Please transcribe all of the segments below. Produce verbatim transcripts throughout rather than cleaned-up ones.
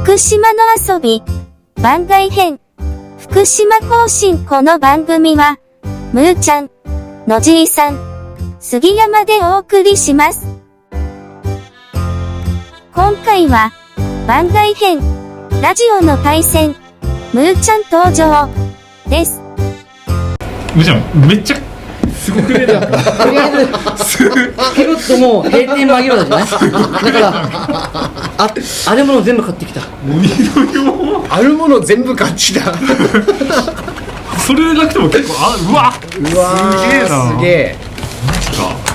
福島の遊び番外編福島行進。この番組はむーちゃんのじいさん杉山でお送りします。今回は番外編ラジオのパイセンむーちゃん登場です。 むーちゃんめっちゃすごくねえだとりあえずケロッともう閉店間際だじゃないだからああるもの全部買ってきた。 鬼のようあるもの全部買ってきたそれなくても結構あうわうわすげえな。 すげえマジ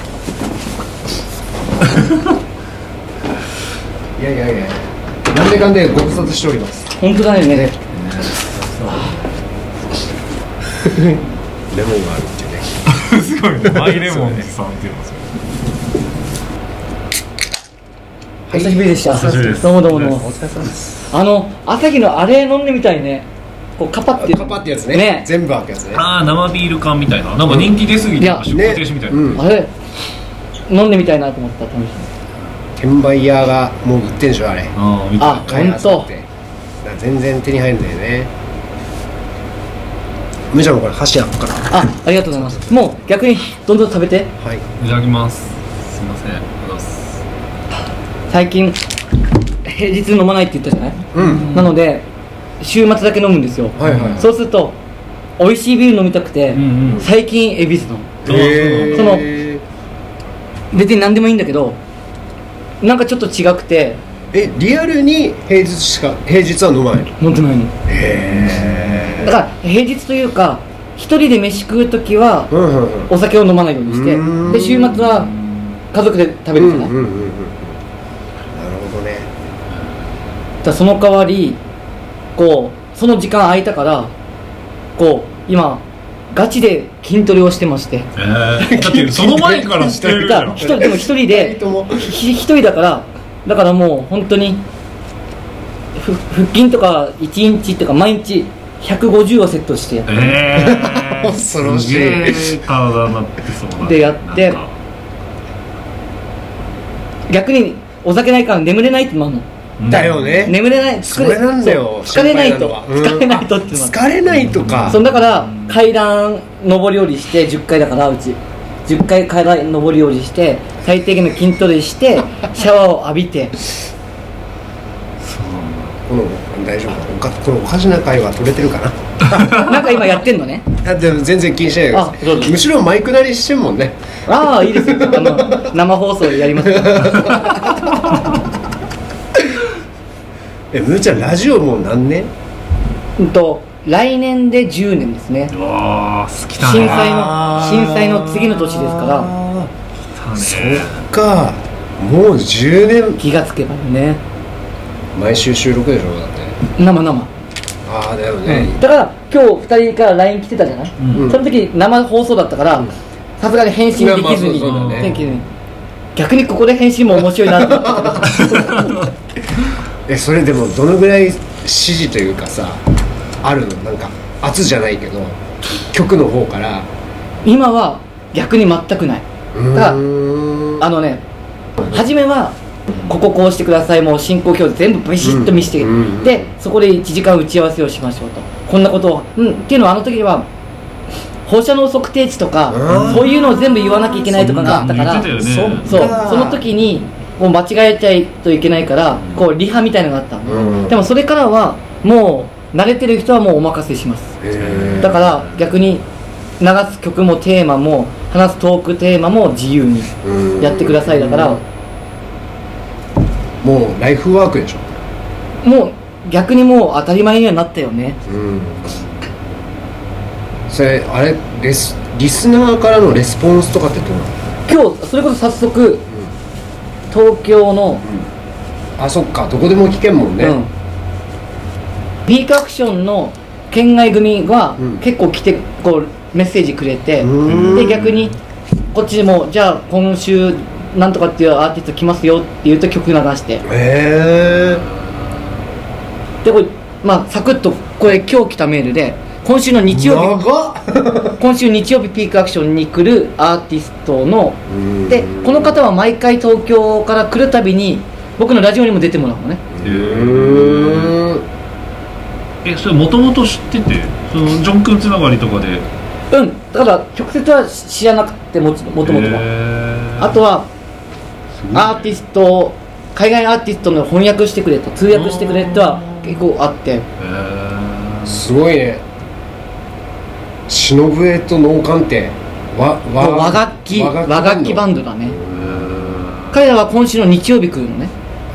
かいやいやいやなんでかんでご無沙汰しております。 本当だよね。 ねレモンがあるってねすごいねマイレモンさんっていうのですよ。 お久しぶりでした。 お久しぶりです。 どうもどうもどうも。 お疲れ様です。 あの朝日のあれ飲んでみたいね。こうカパってカパってやつね。 ね全部開くやつね。 ああ生ビール缶みたいななんか人気出すぎて出荷停止みたいな、 うんあれ飲んでみたいなと思った。試しに転売屋がもう売ってんでしょあれ。 ああ見たあ買い漁ってだから全然手に入るんだよね。むちゃんもこれ箸あっから。 あありがとうございます。もう逆にどんどん食べて。 はい。 いただきます。すいません。ありがとうございます。 最近平日飲まないって言ったじゃない、 うん。 なので週末だけ飲むんですよ、 はいはい。 そうすると美味しいビール飲みたくて、 うんうん最近恵比寿のへーその別に何でもいいんだけどなんかちょっと違くてえリアルに平日しか平日は飲まないの？ 飲んでないの。 へだから平日というか一人で飯食うときはー。うんうんうん。 お酒を飲まないようにしてうーんで週末は家族で食べるじゃない、 うんうんうんうん。なるほどね。 だからその代わりこうその時間空いたからこう今ガチで筋トレをしてましてえー、だってその前からしてるじゃん。 一人でも一人で二人ともひ一人だからだからもう本当にふ腹筋とかいちにちとか毎日ひゃくごじゅうをセットしてやって、 えー、 恐ろしいすげえ体になってそうだね。 でやってなんか逆にお酒ないから眠れないってのもあるの。 だよね。 眠れないそれなんだよ。 そう疲れないと心配なのは疲れないとっていうのもある。 疲れないとか。 そうだから階段上り下りしてじゅっかいだからうちじゅっかい階段上り下りして最低限の筋トレしてシャワーを浴びてこの大丈夫か。このおかしな会話取れてるかな。 なんか今やってんのね。 だって全然気にしないでくださあどうぞい。むしろマイクなりしてんもんね。 ああいいですよ。あの生放送やりますからえむーちゃんラジオもう何年？ うんと来年でじゅうねんですね。 うわー好きだね。 震災の震災の次の年ですからそっかもうじゅうねん。 気がつけばね毎週収録でしょだって。 生生、 ああだよね。 だから今日ふたりから ライン 来てたじゃない、 うんその時生放送だったからさすがに返信できずに、 まあまあそうだねできずに逆にここで返信も面白いなって思ったけどえそれでもどのぐらい指示というかさあるの？なんか圧じゃないけど曲の方から今は逆に全くない。 うだからーんあのね初めはこここうしてくださいもう進行表全部ビシッと見せて、 うんうんでそこでいちじかん打ち合わせをしましょうとこんなことを、うん、っていうのはあの時は放射能測定値とかうんそういうのを全部言わなきゃいけないとかがあったから言ってたよね。 そうそっかその時にもう間違えちゃいといけないからこうリハみたいなのがあったの、 うんでもそれからはもう慣れてる人はもうお任せします。 へーだから逆に流す曲もテーマも話すトークテーマも自由にうんやってくださいだからもうライフワークでしょ。 もう逆にもう当たり前にはなったよね。 うんそれあれレスリスナーからのレスポンスとかってどうなの？ 今日それこそ早速東京の、 あそっかどこでも聞けんもんね。 うん、ピークアクションの県外組がうん結構来てこうメッセージくれて、 うんで逆にこっちでもじゃあ今週なんとかっていうアーティスト来ますよって言うと曲流してへえ。 でこれまあサクッとこれ今日来たメールで今週の日曜日長っ今週日曜日ピークアクションに来るアーティストのうんでこの方は毎回東京から来るたびに僕のラジオにも出てもらうのね。 ーんえそれもともと知っててそのジョン君つながりとかでうんだから直接は知らなくてもともとはあとはアーティスト海外アーティストの翻訳してくれと通訳してくれとは結構あってすごいね忍笛と能管って和, 和, 和楽器和楽器 バ, 和楽器バンドだね彼らは今週の日曜日来るのね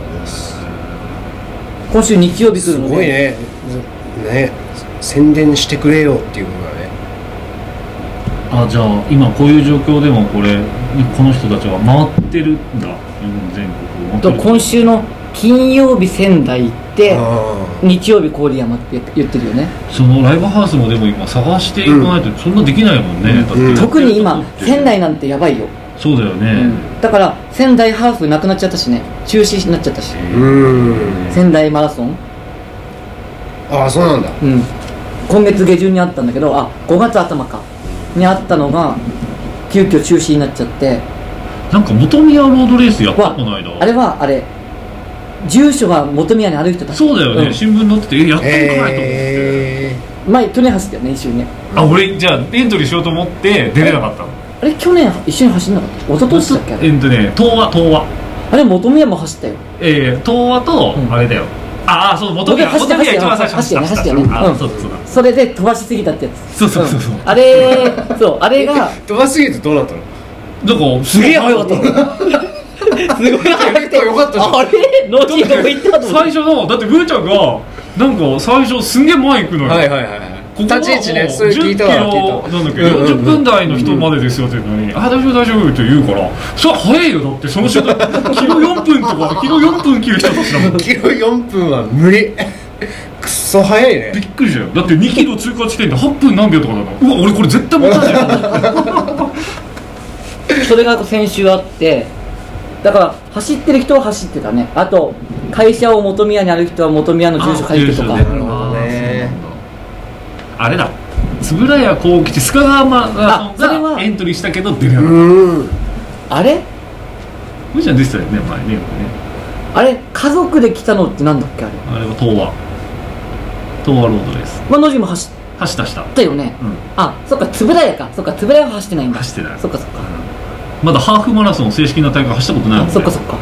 今週日曜日来るのですごいねね宣伝してくれよっていうことだねあじゃあ今こういう状況でもこれこの人たちは回ってるんだ日本全国と今週の金曜日仙台行って日曜日郡山って言ってるよねそのライブハウスもでも今探していかないとそんなできないもんね、うん、だって、うん、 特に今仙台なんてやばいよそうだよね、うん、 だから仙台ハーフなくなっちゃったしね中止になっちゃったしうん仙台マラソンああそうなんだ、 うん、今月下旬にあったんだけどあごがつ頭かにあったのが急遽中止になっちゃってなんか本宮ロードレースやったこの間あれはあれ住所が本宮に歩いてたそうだよね、うん、新聞載っててえやったのかいと思って、 えー、前去年走ったよね一緒にねあ俺じゃあエントリーしようと思って出れなかったのあれ去年一緒に走んなかった一昨年だっけあれえっとね東和東和あれ本宮も走ったよええー、東和と、うん、あれだよああそう元宮元宮一番最初走った走ったよねあ、うん、そうそうだそれで飛ばしすぎたってやつそうそうそうそう、 うん、あれそうあれが飛ばしすぎてどうなったのだからすげえ速かったのすごい速くてよかったじゃんあれノーティーどこ行ったの最初のだってブーちゃんがなんか最初すんげえ前行くのよはいはいはいここ立ち位置ねそれ聞いたわ聞いたなんだっけ、うんうんうん、よんじゅっぷん台の人までですよって言うのに、うんうん、あ大丈夫大丈夫って言うからそれは早いよだってその人キロよんぷんとかキロよんぷん切る人たちだもんキロよんぷんは無理くっそ早いねびっくりしたよだってにキロ通過地点ではっぷん何秒とかだからうわ俺これ絶対持たないよそれが先週あってだから走ってる人は走ってたねあと会社を本宮にある人は本宮の住所書いてとかなるほどねあれだ円谷幸吉須賀川マラソンがエントリーしたけど出れなかったあれむちゃん出てたよね前ねあれ家族で来たのってなんだっけあれあれは東和東和ロードです。 まあ野次も走走ったしただよね、うん、あそっか円谷かそっか円谷は走ってないんだ走ってないそっかそっか、 うん、まだハーフマラソン正式な大会走ったことないもんねそっかそっか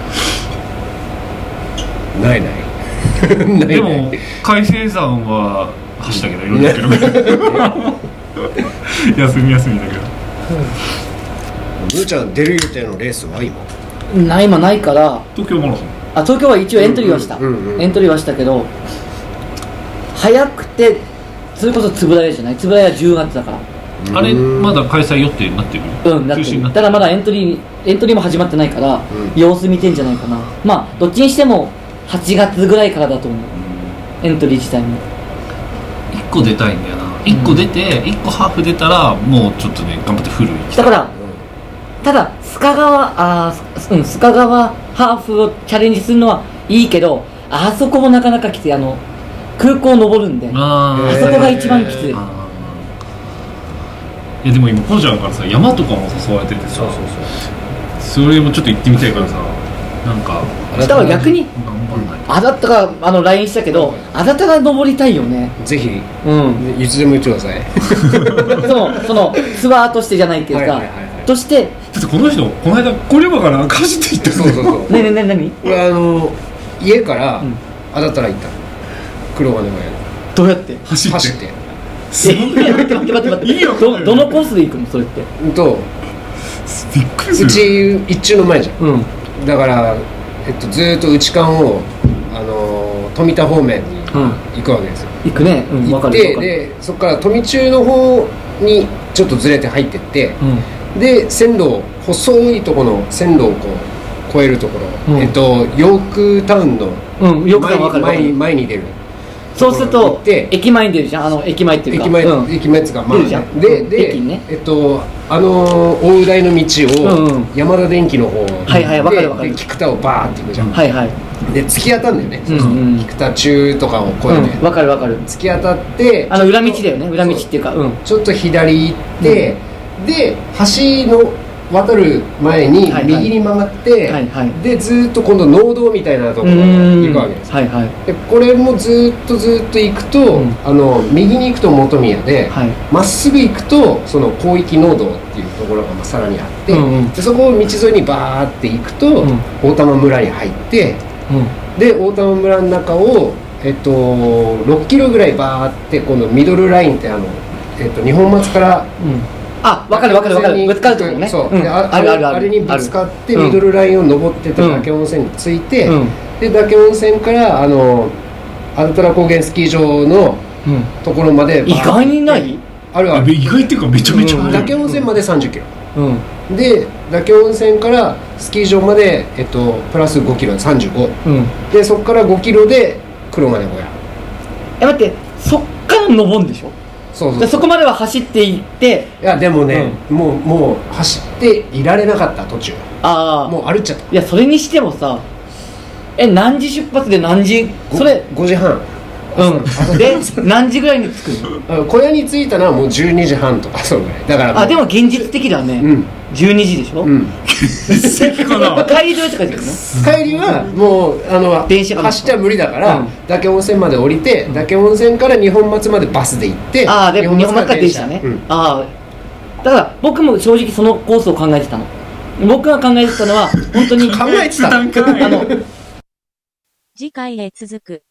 ないないないでも海星山は走ったけどいろんなけど休み休みだけどむーちゃん出る予定のレースは今ない今ないから東京マラソンあ東京は一応エントリーはした、うんうんうん、エントリーはしたけど早くてそれこそ円谷じゃない円谷はじゅうがつだからあれまだ開催予定になってるうんなってるただまだエントリーエントリーも始まってないから、うん、様子見てんじゃないかなまあどっちにしてもはちがつぐらいからだと思う、うん、エントリー自体もいっこ出たいんだよないっこ出ていっこハーフ出たらもうちょっとね頑張ってフル行きたいだからただ須賀川あうん須賀川ハーフをチャレンジするのはいいけどあそこもなかなかきついあの空港を登るんで あ, あそこが一番きつい、えー、 いやでも今ポンちゃんからさ山とかも誘われててさそうそうそうそれもちょっと行ってみたいからさなんかだから逆にあだったがあの ライン したけどあだたが登りたいよねぜひ、 うん、 いつでも言ってくださいそのそのツアーとしてじゃないけどさ、はいはいはいはい、としてだってこの人この間郡山から走って行ったそうそうそうねねねね俺あの家からあだたら行ったの黒金までどうやって走って走ってすごい待って待って待って待っていいよ ど, どのコースで行くのそれってうんとびっくりするうち一中の前じゃん、うん、だから、えっと、ずっと内間をあの富田方面に行くわけですよ、 うん、行くね、うん、 行ってでそこから富中の方にちょっとずれて入ってって、うん、で線路細いところの線路をこう越えるところ、うん、えっとヨークタウンの前に前に出るそうすると駅前に出るじゃんあの駅前っていうか駅前、うん、駅前っていうかまあ、ね、で、うん、で、ね、えっとあの大台の道を山田電機の方で、 はいはいわかるわかる菊田をバーって行くじゃん、 はいはいで突き当たんだよね、うんうん、菊田中とかを越えてわ、うん、かるわかる突き当たってあの裏道だよね裏道っていうかうんちょっと左行って、うん、で橋の渡る前に右に曲がって、はいはい、でずっと今度農道みたいなところに行くわけです、はいはい、でこれもずっとずっと行くと、うん、あの右に行くと本宮でま、はい、っすぐ行くとその広域農道っていうところがまあさらにあって、うんうん、でそこを道沿いにバーって行くと、うん、大玉村に入って、うん、で大玉村の中を、えっと、ろっキロぐらいバーって今度ミドルラインってあの、えっと、二本松から、うんあ、分かる分かる分かるぶつかるところね。 そう、うん、あ, あ, るあ, るあれにぶつかってミドルラインを登ってた岳温泉に着いて、うん、で岳温泉からあのアルトラ高原スキー場のところまで、 うん、意外にないあるある意外っていうかめちゃめちゃある、 岳温泉までさんじゅっキロ、うん、で岳温泉からスキー場まで、えっと、プラスごキロさんじゅうご、うん、でそこからごキロで黒金小屋。 え待ってそっから登るんでしょ。そうそうそう、そこまでは走っていって、 いやでもね、うん、もうもう走っていられなかった途中。ああもう歩っちゃった。 いやそれにしてもさ、え何時出発で何時それごじはん、 うんで何時ぐらいに着くの。小屋に着いたのはもうじゅうにじはんとかそうぐらいだから。 あでも現実的だね、うん、じゅうにじでしょ、うん、 現実かな。 帰りどうやって帰ってくるの。 帰りはもうあの電車走っちゃ無理だから、うん、岳温泉まで降りて、うん、岳温泉から二本松までバスで行って、 ああでも二本松から電車ね、うん、ああだから僕も正直そのコースを考えてたの。僕が考えてたのは本当に考えてたあの次回へ続く。